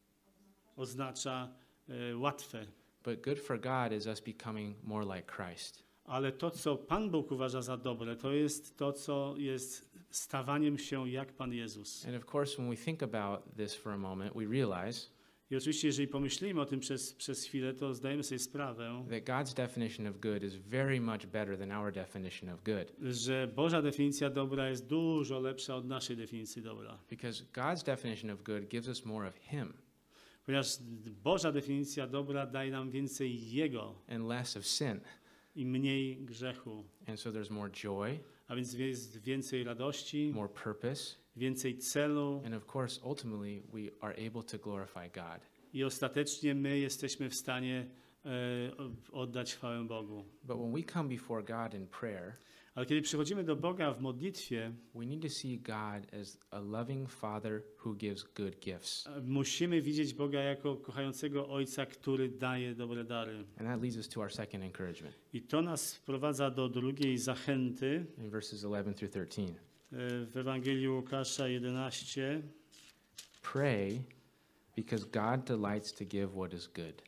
oznacza y, łatwe.
But good for God is us becoming more like Christ.
Ale to, co Pan Bóg uważa za dobre, to jest to, co jest stawaniem się jak Pan Jezus.
And of course, when we think about this for a moment, we realize
I oczywiście, jeżeli pomyślimy o tym przez, przez chwilę, to zdajemy sobie sprawę,
that God's definition of good is very much better than our definition of good.
że Boża definicja dobra jest dużo lepsza od naszej definicji dobra.
Because God's definition of good gives us more of Him
Ponieważ Boża definicja dobra daje nam więcej Jego
and less of sin.
i mniej grzechu.
And so there's more joy,
A więc jest więcej radości,
more purpose,
więcej celu
and of course, ultimately, we are able to glorify God.
i ostatecznie my jesteśmy w stanie e, oddać chwałę Bogu.
But when we come before God in prayer,
Ale kiedy przychodzimy do Boga w modlitwie,
we need to see God as a loving Father who gives good gifts.
e, musimy widzieć Boga jako kochającego Ojca, który daje dobre dary.
And that leads us to our second encouragement
I to nas wprowadza do drugiej zachęty
in verses eleven through thirteen.
e, w Ewangelii Łukasza jedenaście.
Pray because God delights to give what is good.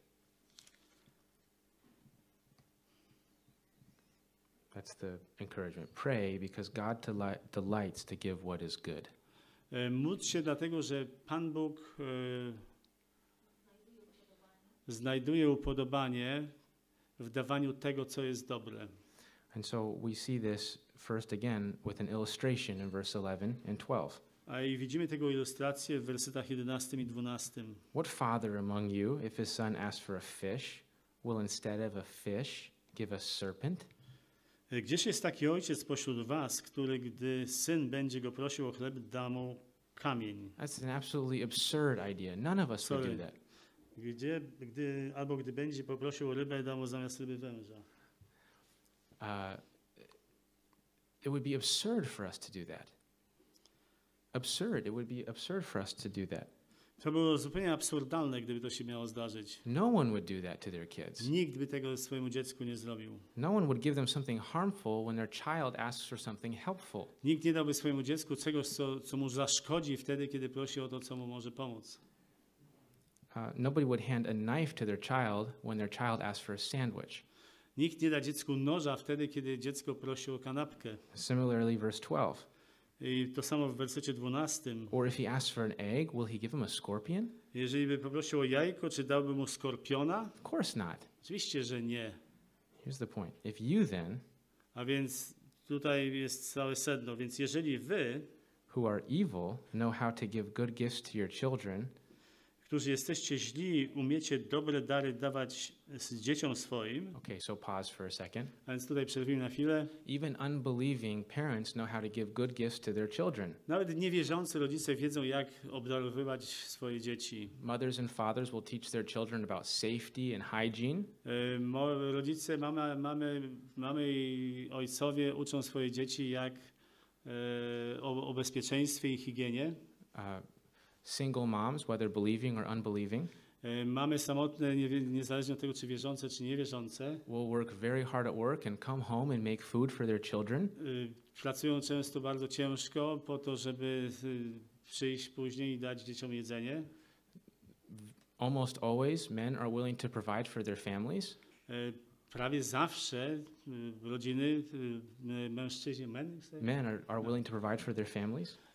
That's the encouragement. Pray because God deli- delights to give what is good.
E, Módl się dlatego, że Pan Bóg e, znajduje upodobanie w dawaniu tego, co jest dobre.
And so we see this first again with an illustration in verse eleven and twelve.
A i widzimy tego ilustrację w wersetach jedenastym i dwunastym.
What father among you, if his son asks for a fish, will instead of a fish give a serpent?
E, Gdzież jest taki ojciec pośród was, który, gdy syn będzie go prosił o chleb, da mu kamień?
That's an absolutely absurd idea. None of us would
Sorry.
do that.
Gdzie, gdy, albo gdy będzie poprosił o rybę, da mu zamiast ryby węża.
Uh, it would be absurd for us to do that. Absurd. It would be absurd for us to do that.
To było zupełnie absurdalne, gdyby to się miało zdarzyć.
No one would do that to their kids.
Nikt by tego swojemu dziecku nie zrobił.
No one would give them something harmful when their child asks for something helpful.
Nikt nie dałby swojemu dziecku czegoś, co, co mu zaszkodzi wtedy, kiedy prosi o to, co mu może pomóc.
Uh, nobody would hand a knife to their child when their child asks for a sandwich.
Nikt nie da dziecku noża wtedy, kiedy dziecko prosi o kanapkę.
Similarly, verse twelve.
I to samo w wersecie dwunastym.
Or if he asks for an egg, will he give him a scorpion?
Jeżeli by poprosił o jajko, czy dałby mu skorpiona?
Of course not.
Oczywiście, że nie.
Here's the point. If you then,
A więc tutaj jest całe sedno. Więc jeżeli wy,
who are evil, know how to give good gifts to your children,
którzy jesteście źli, umiecie dobre dary dawać z dzieciom swoim,
okay, so pause for a second.
a więc tutaj przerwijmy na chwilę,
Even unbelieving parents know how to give good gifts to their children.
nawet niewierzący rodzice wiedzą, jak obdarowywać swoje dzieci.
Mothers and fathers will teach their children about safety and hygiene.
E, mo- Rodzice, mama, mamy, mamy i ojcowie uczą swoje dzieci, jak e, o, o bezpieczeństwie i higienie.
Uh, single moms, whether believing or unbelieving,
E, Mamy samotne, nie, niezależnie od tego, czy wierzące, czy niewierzące,
will work very hard at work and come home and make food for their children.
e, pracują często bardzo ciężko po to, żeby e, przyjść później i dać dzieciom jedzenie.
Almost always, men are willing to provide for their families.
E, Prawie zawsze e, rodziny, e, mężczyźni, men,
Men are, are willing to provide for their families.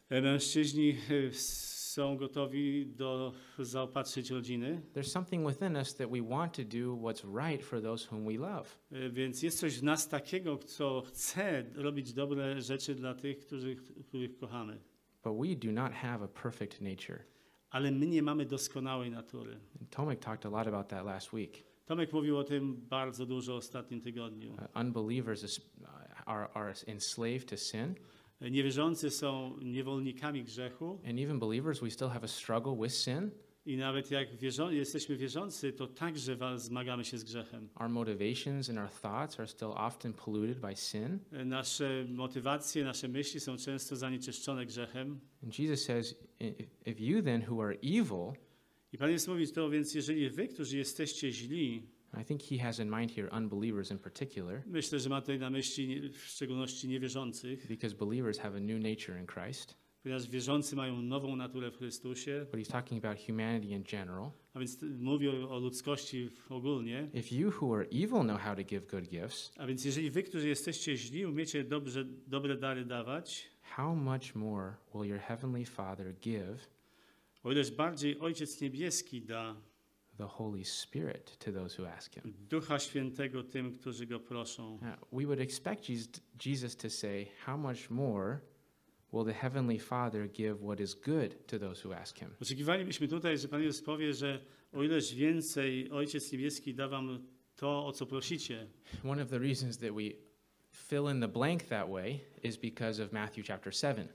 E, Mężczyźni e, są gotowi do zaopatrzyć rodziny,
There's something within us that we want to do what's right for those whom we love.
e, więc jest coś w nas takiego, co chce robić dobre rzeczy dla tych, których, których kochamy.
But we do not have a perfect nature.
Ale my nie mamy doskonałej natury.
Tomek talked a lot about that last week.
Tomek mówił o tym bardzo dużo w ostatnim tygodniu.
Uh, unbelievers is, uh, are, are enslaved to sin,
Niewierzący są niewolnikami grzechu
and even believers, we still have a struggle with sin.
i nawet jak wierzą, jesteśmy wierzący, to także wa- zmagamy się z grzechem.
Our motivations and our thoughts are still often polluted by sin.
Nasze motywacje, nasze myśli są często zanieczyszczone grzechem.
And Jesus says, "I- if you then who are evil,"
I Pan Jezus mówi to, więc jeżeli wy, którzy jesteście źli,
I think he has in mind here unbelievers in particular,
myślę, że ma tutaj na myśli nie- w szczególności niewierzących,
because believers have a new nature in Christ.
ponieważ wierzący mają nową naturę w Chrystusie,
But he's talking about humanity in general.
a więc t- mówi o, o ludzkości w- ogólnie.
If you who are evil know how to give good gifts,
A więc jeżeli wy, którzy jesteście źli, umiecie dobrze, dobre dary dawać,
how much more will your heavenly Father give
o ileż bardziej Ojciec Niebieski da
the Holy Spirit to those who ask him?
Ducha Świętego tym, którzy Go proszą.
Uh, we would expect Jesus Jesus to say, how much more will the heavenly Father give what is good to those who ask him?
Oczekiwalibyśmy tutaj, że Pan Jezus powie, że o ileż więcej Ojciec Niebieski da wam to, o co prosicie.
One of the reasons that we fill in the blank that way is because of Matthew chapter seven.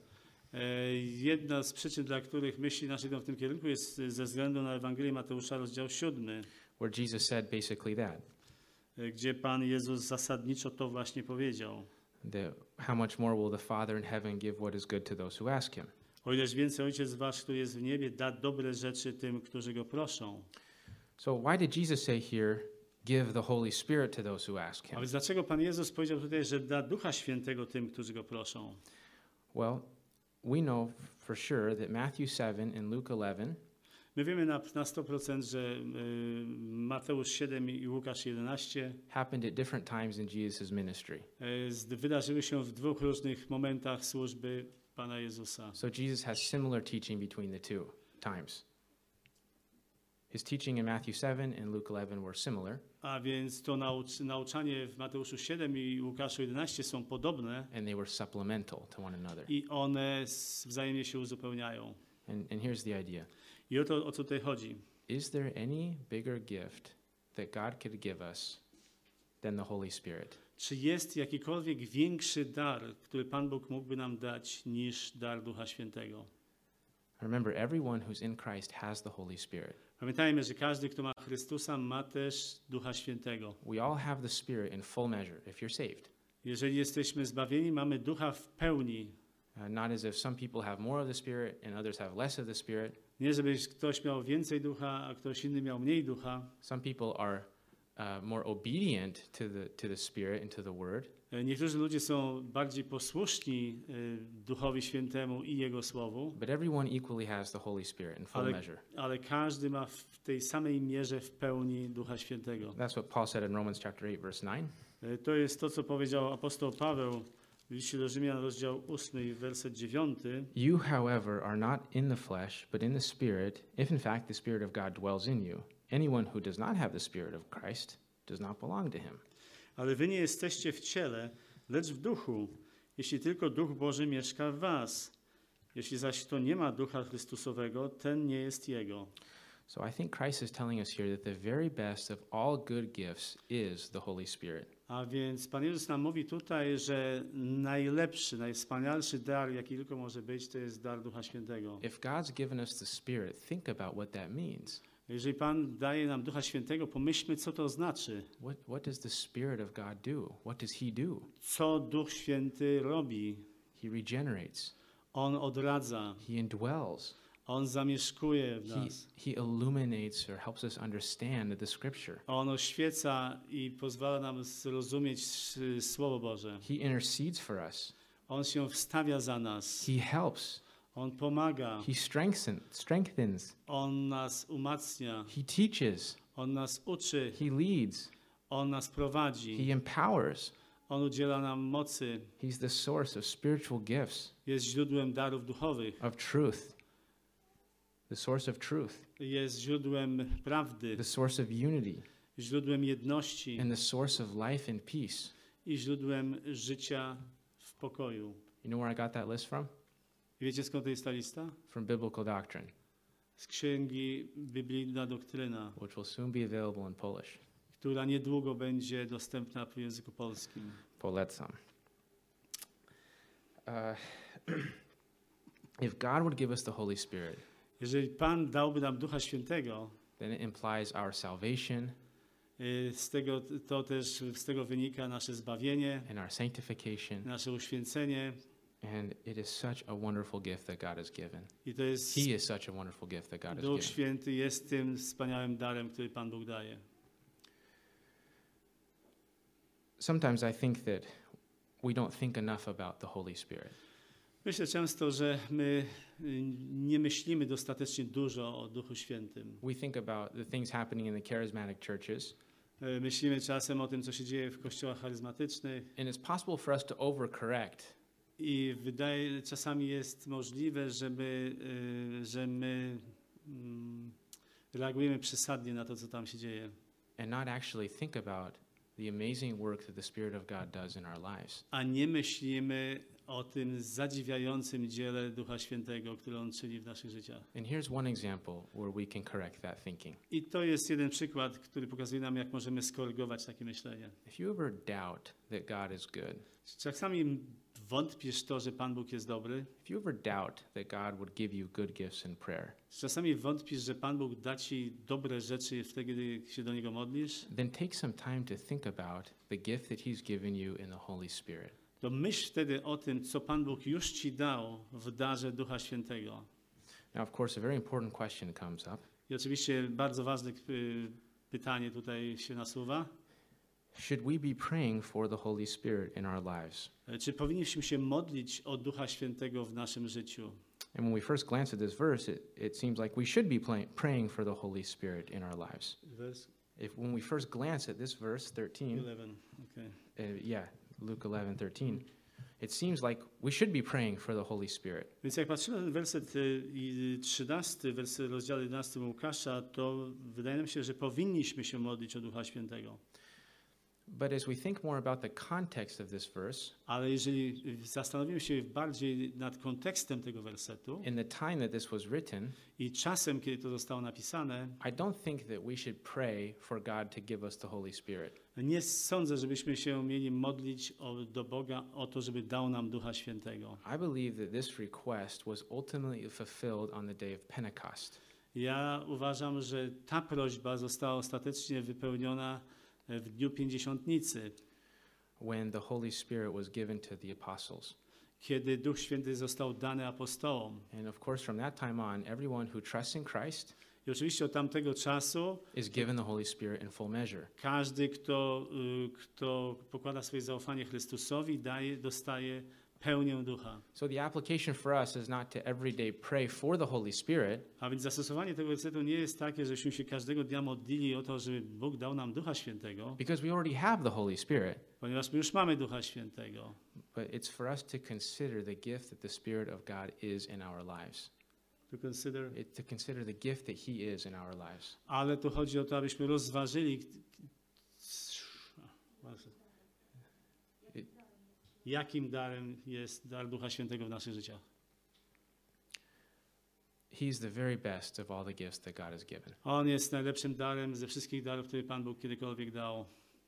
E, Jedna z przyczyn, dla których myśli nasze idą w tym kierunku, jest ze względu na Ewangelię Mateusza, rozdział siódmy,
Where Jesus said basically that,
e, gdzie Pan Jezus zasadniczo to właśnie powiedział.
that how much more will the Father in heaven give what is good to those who ask him?
O ileż więcej Ojciec wasz, który jest w niebie, da dobre rzeczy tym, którzy Go proszą.
So why did Jesus say here, give the Holy Spirit to those who ask
A
him?
więc dlaczego Pan Jezus powiedział tutaj, że da Ducha Świętego tym, którzy Go proszą?
Well, we know for sure that Matthew seven and Luke eleven
My wiemy na, na sto procent, że y, Mateusz siedem i Łukasz jedenaście
happened at different times in Jesus' ministry.
y, z- wydarzyły się w dwóch różnych momentach służby Pana Jezusa.
So Jesus has similar teaching between the two times. His teaching in Matthew seven and Luke eleven were similar,
A więc to naucz, nauczanie w Mateuszu siedem i Łukaszu jedenaście są podobne
and they were supplemental to one another.
i one s- wzajemnie się uzupełniają.
And, and here's the idea.
I o to, o co tutaj chodzi.
Is there any bigger gift that God could give us than the Holy Spirit?
Czy jest jakikolwiek większy dar, który Pan Bóg mógłby nam dać, niż dar Ducha Świętego?
Remember, everyone who's in Christ has the Holy Spirit.
Pamiętajmy, że każdy, kto ma Chrystusa, ma też Ducha Świętego.
We all have the Spirit in full measure if you're saved.
Jeżeli jesteśmy zbawieni, mamy Ducha w pełni.
Uh, not as if some people have more of the Spirit and others have less of the Spirit.
Nie, żeby ktoś miał więcej Ducha, a ktoś inny miał mniej Ducha.
Some people are uh, more obedient to the, to the Spirit and to the Word.
E, Niektórzy ludzie są bardziej posłuszni e, Duchowi Świętemu i Jego Słowu,
But everyone equally has the Holy Spirit in full
ale,
measure.
ale każdy ma w tej samej mierze w pełni Ducha Świętego.
That's what Paul said in Romans chapter eight, verse nine.
E, To jest to, co powiedział apostoł Paweł w liście do Rzymian, rozdział ósmy, werset dziewiąty.
You, however, are not in the flesh, but in the Spirit, if in fact the Spirit of God dwells in you. Anyone who does not have the Spirit of Christ does not belong to him.
Ale wy nie jesteście w ciele, lecz w duchu, jeśli tylko Duch Boży mieszka w was. Jeśli zaś kto nie ma Ducha Chrystusowego, ten nie jest Jego.
So I think Christ is telling us here that the very best of all good gifts is the Holy Spirit.
A więc Pan Jezus nam mówi tutaj, że najlepszy, najwspanialszy dar, jaki tylko może być, to jest dar Ducha Świętego.
If God's given us the Spirit, think about what that means.
Jeżeli Pan daje nam Ducha Świętego, pomyślmy, co to znaczy.
What, what does the Spirit of God do? What does He do?
Co Duch Święty robi?
He regenerates,
On odradza,
He indwells,
On zamieszkuje w
He,
nas.
he illuminates or helps us understand the Scripture.
On oświeca i pozwala nam zrozumieć y, Słowo Boże.
He intercedes for us.
On się wstawia za nas.
He helps.
On pomaga.
He strengthen, strengthens.
On nas umacnia.
He teaches.
On nas uczy.
He leads.
On nas
He
prowadzi.
empowers.
On udziela nam mocy,
He's the source of spiritual gifts,
jest źródłem darów duchowych,
of truth, the source of truth,
jest źródłem prawdy,
the source of unity,
źródłem jedności
and the source of life and peace.
i źródłem życia w pokoju.
You know where I got that list from?
I wiecie, skąd jest ta lista?
From Biblical Doctrine,
Z księgi Biblijna Doktryna,
which will soon be available in Polish.
która niedługo będzie dostępna w języku polskim.
Polecam. Uh, if God would give us the Holy Spirit,
Jeżeli Pan dałby nam Ducha Świętego,
then it implies our salvation
y, z tego, to też z tego wynika nasze zbawienie,
and our sanctification,
nasze uświęcenie
and it is such a wonderful gift that God has given.
i to jest
He is such a wonderful gift that God has
Duch
given.
Święty jest tym wspaniałym darem, który Pan Bóg daje.
Sometimes I think that we don't think enough about the Holy Spirit.
Myślę często, że my y, nie myślimy dostatecznie dużo o Duchu Świętym.
We think about the things happening in the charismatic churches,
Y, Myślimy czasem o tym, co się dzieje w kościołach charyzmatycznych
and it's possible for us to overcorrect
i wydaje, czasami jest możliwe, żeby, y, że my mm, reagujemy przesadnie na to, co tam się dzieje,
and not actually think about the amazing work that the Spirit of God does in our lives.
a nie myślimy o tym zadziwiającym dziele Ducha Świętego, które On czyni w naszych życiach.
And here's one example where we can correct that thinking.
I to jest jeden przykład, który pokazuje nam, jak możemy skorygować takie myślenie.
If you ever doubt that God is good,
Czasami wątpisz w to, że Pan Bóg jest dobry.
if you ever doubt that God would give you good gifts in prayer,
Czasami wątpisz, że Pan Bóg da ci dobre rzeczy wtedy, kiedy się do Niego modlisz.
then take some time to think about the gift that He's given you in the Holy Spirit.
To myśl wtedy o tym, co Pan Bóg już ci dał w darze Ducha Świętego.
Now, of course, a very important question comes up.
I oczywiście bardzo ważne y, pytanie tutaj się nasuwa.
Should we be praying for the Holy Spirit in our lives?
E, Czy powinniśmy się modlić o Ducha Świętego w naszym życiu?
And when we first glance at this verse, it, it seems like we should be play, praying for the Holy Spirit in our lives. If when we first glance at this verse thirteen,
eleven, okay.
uh, yeah, Luke eleven thirteen, it seems like we should be praying for the Holy Spirit.
Więc jak patrzymy na ten werset y, i trzynasty, werset rozdziału jedenastym Łukasza, to wydaje nam się, że powinniśmy się modlić o Ducha Świętego.
But as we think more about the context of this verse,
Ale jeżeli zastanowimy się bardziej nad kontekstem tego wersetu
in the time that this was written,
i czasem, kiedy to zostało napisane,
I don't think that we should pray for God to give us the Holy Spirit.
nie sądzę, żebyśmy się mieli modlić o, do Boga o to, żeby dał nam Ducha Świętego.
I believe that this request was ultimately fulfilled on the day of Pentecost.
Ja uważam, że ta prośba została ostatecznie wypełniona w dniu Pięćdziesiątnicy,
When the Holy Spirit was given to the apostles.
kiedy Duch Święty został dany apostołom.
And of course, from that time on, everyone who trusts in Christ
I oczywiście od tamtego czasu
is given the Holy Spirit in full measure.
każdy, kto, y, kto pokłada swoje zaufanie Chrystusowi, daje, dostaje pełnię Ducha.
So the application for us is not to every day pray for the Holy Spirit,
A więc zastosowanie tego wersetu nie jest takie, żebyśmy się każdego dnia modlili o to, żeby Bóg dał nam Ducha Świętego,
because we already have the Holy Spirit,
ponieważ my już mamy Ducha Świętego.
but it's for us to consider the gift that the Spirit of God is in our lives.
To consider.
It, to consider the gift that He is in our lives.
Ale tu chodzi o to, abyśmy rozważyli, jakim darem jest dar Ducha Świętego w naszych życiach.
He's the very best of all the gifts that God has given.
On jest najlepszym darem ze wszystkich darów, które Pan Bóg kiedykolwiek dał.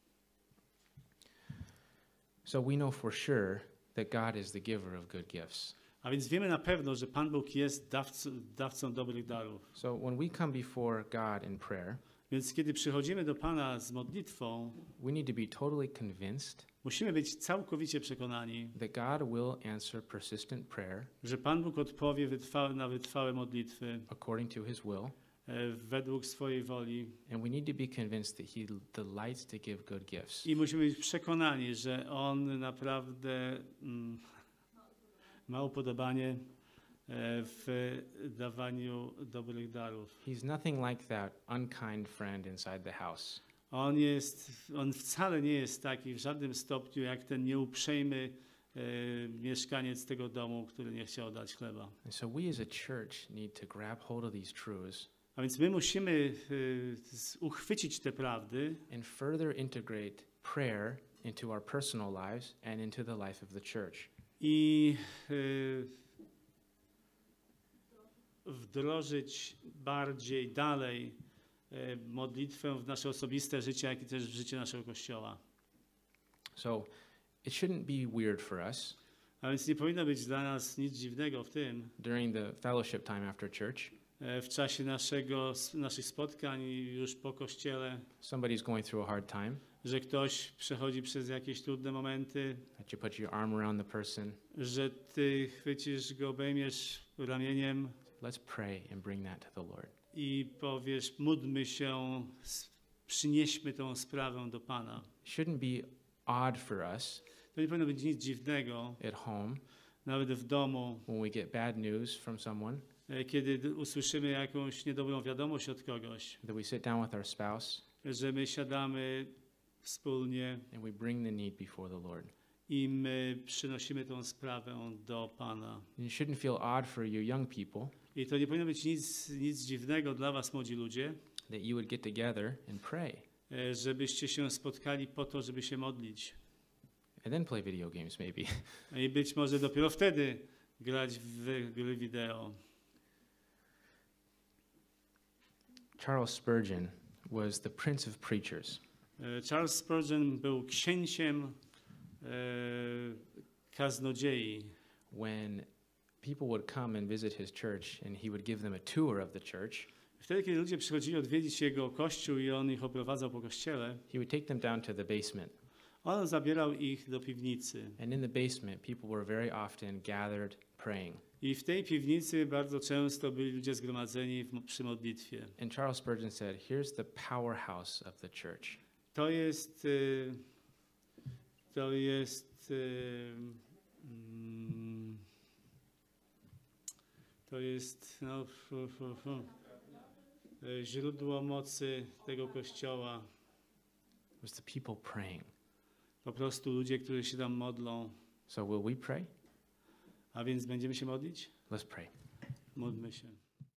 So we know for sure that God is the giver of good gifts.
A więc wiemy na pewno, że Pan Bóg jest dawcą, dawcą dobrych darów.
So when we come before God in prayer,
Więc kiedy przychodzimy do Pana z modlitwą,
we need to be totally convinced
musimy być całkowicie przekonani,
that God will answer persistent prayer
że Pan Bóg odpowie wytrwałe, na wytrwałe modlitwy
according to His will,
e, według swojej woli.
and we need to be convinced that He delights to give good gifts.
I musimy być przekonani, że On naprawdę mm, ma upodobanie e, w dawaniu dobrych darów.
He's nothing like that unkind friend inside the house.
On jest, on wcale nie jest taki w żadnym stopniu jak ten nieuprzejmy e, mieszkaniec tego domu, który nie chciał dać chleba.
And so we as a church need to grab hold of these truths
A więc my musimy e, z- uchwycić te prawdy
and further integrate prayer into our personal lives and into the life of the church.
i e, wdrożyć bardziej dalej e, modlitwę w nasze osobiste życie, jak i też w życie naszego Kościoła.
So it shouldn't be weird for us
A więc nie powinno być dla nas nic dziwnego w tym,
during the fellowship time after church.
e, w czasie naszego, naszych spotkań i już po Kościele,
Somebody's going through a hard time,
że ktoś przechodzi przez jakieś trudne momenty,
that you put your arm around the person.
że ty chwycisz go, obejmiesz ramieniem
Let's pray and bring that to the Lord.
i powiesz, módlmy się, s- przynieśmy tą sprawę do Pana.
It shouldn't be odd for us
To nie powinno być nic dziwnego,
at home
nawet w domu,
when we get bad news from someone,
e, kiedy d- usłyszymy jakąś niedobrą wiadomość od kogoś,
that we sit down with our spouse
że my siadamy wspólnie
and we bring the need before the Lord.
i my przynosimy tą sprawę do Pana.
And it shouldn't feel odd for you young people
I to nie powinno być nic, nic dziwnego dla was, młodzi ludzie,
that you would get together and pray
e, żebyście się spotkali po to, żeby się modlić.
and then play video games maybe.
I być może dopiero wtedy grać w gry wideo.
Charles Spurgeon was the prince of preachers.
E, Charles Spurgeon był księciem e, kaznodziei.
When people would come and visit his church and he would give them a tour of the church,
Wtedy, kiedy ludzie przychodzili odwiedzić jego kościół i on ich oprowadzał po kościele,
he would take them down to the basement.
on zabierał ich do piwnicy.
And in the basement, people were very often gathered praying.
I w tej piwnicy bardzo często byli ludzie zgromadzeni w, przy modlitwie.
And Charles Spurgeon said, here's the powerhouse of the church.
To jest, y, to jest, y, mm, to jest no, fu, fu, fu, y, źródło mocy tego kościoła.
It was the people praying.
Po prostu ludzie, którzy się tam modlą.
So will we pray?
A więc będziemy się modlić?
Let's pray.
Módlmy się.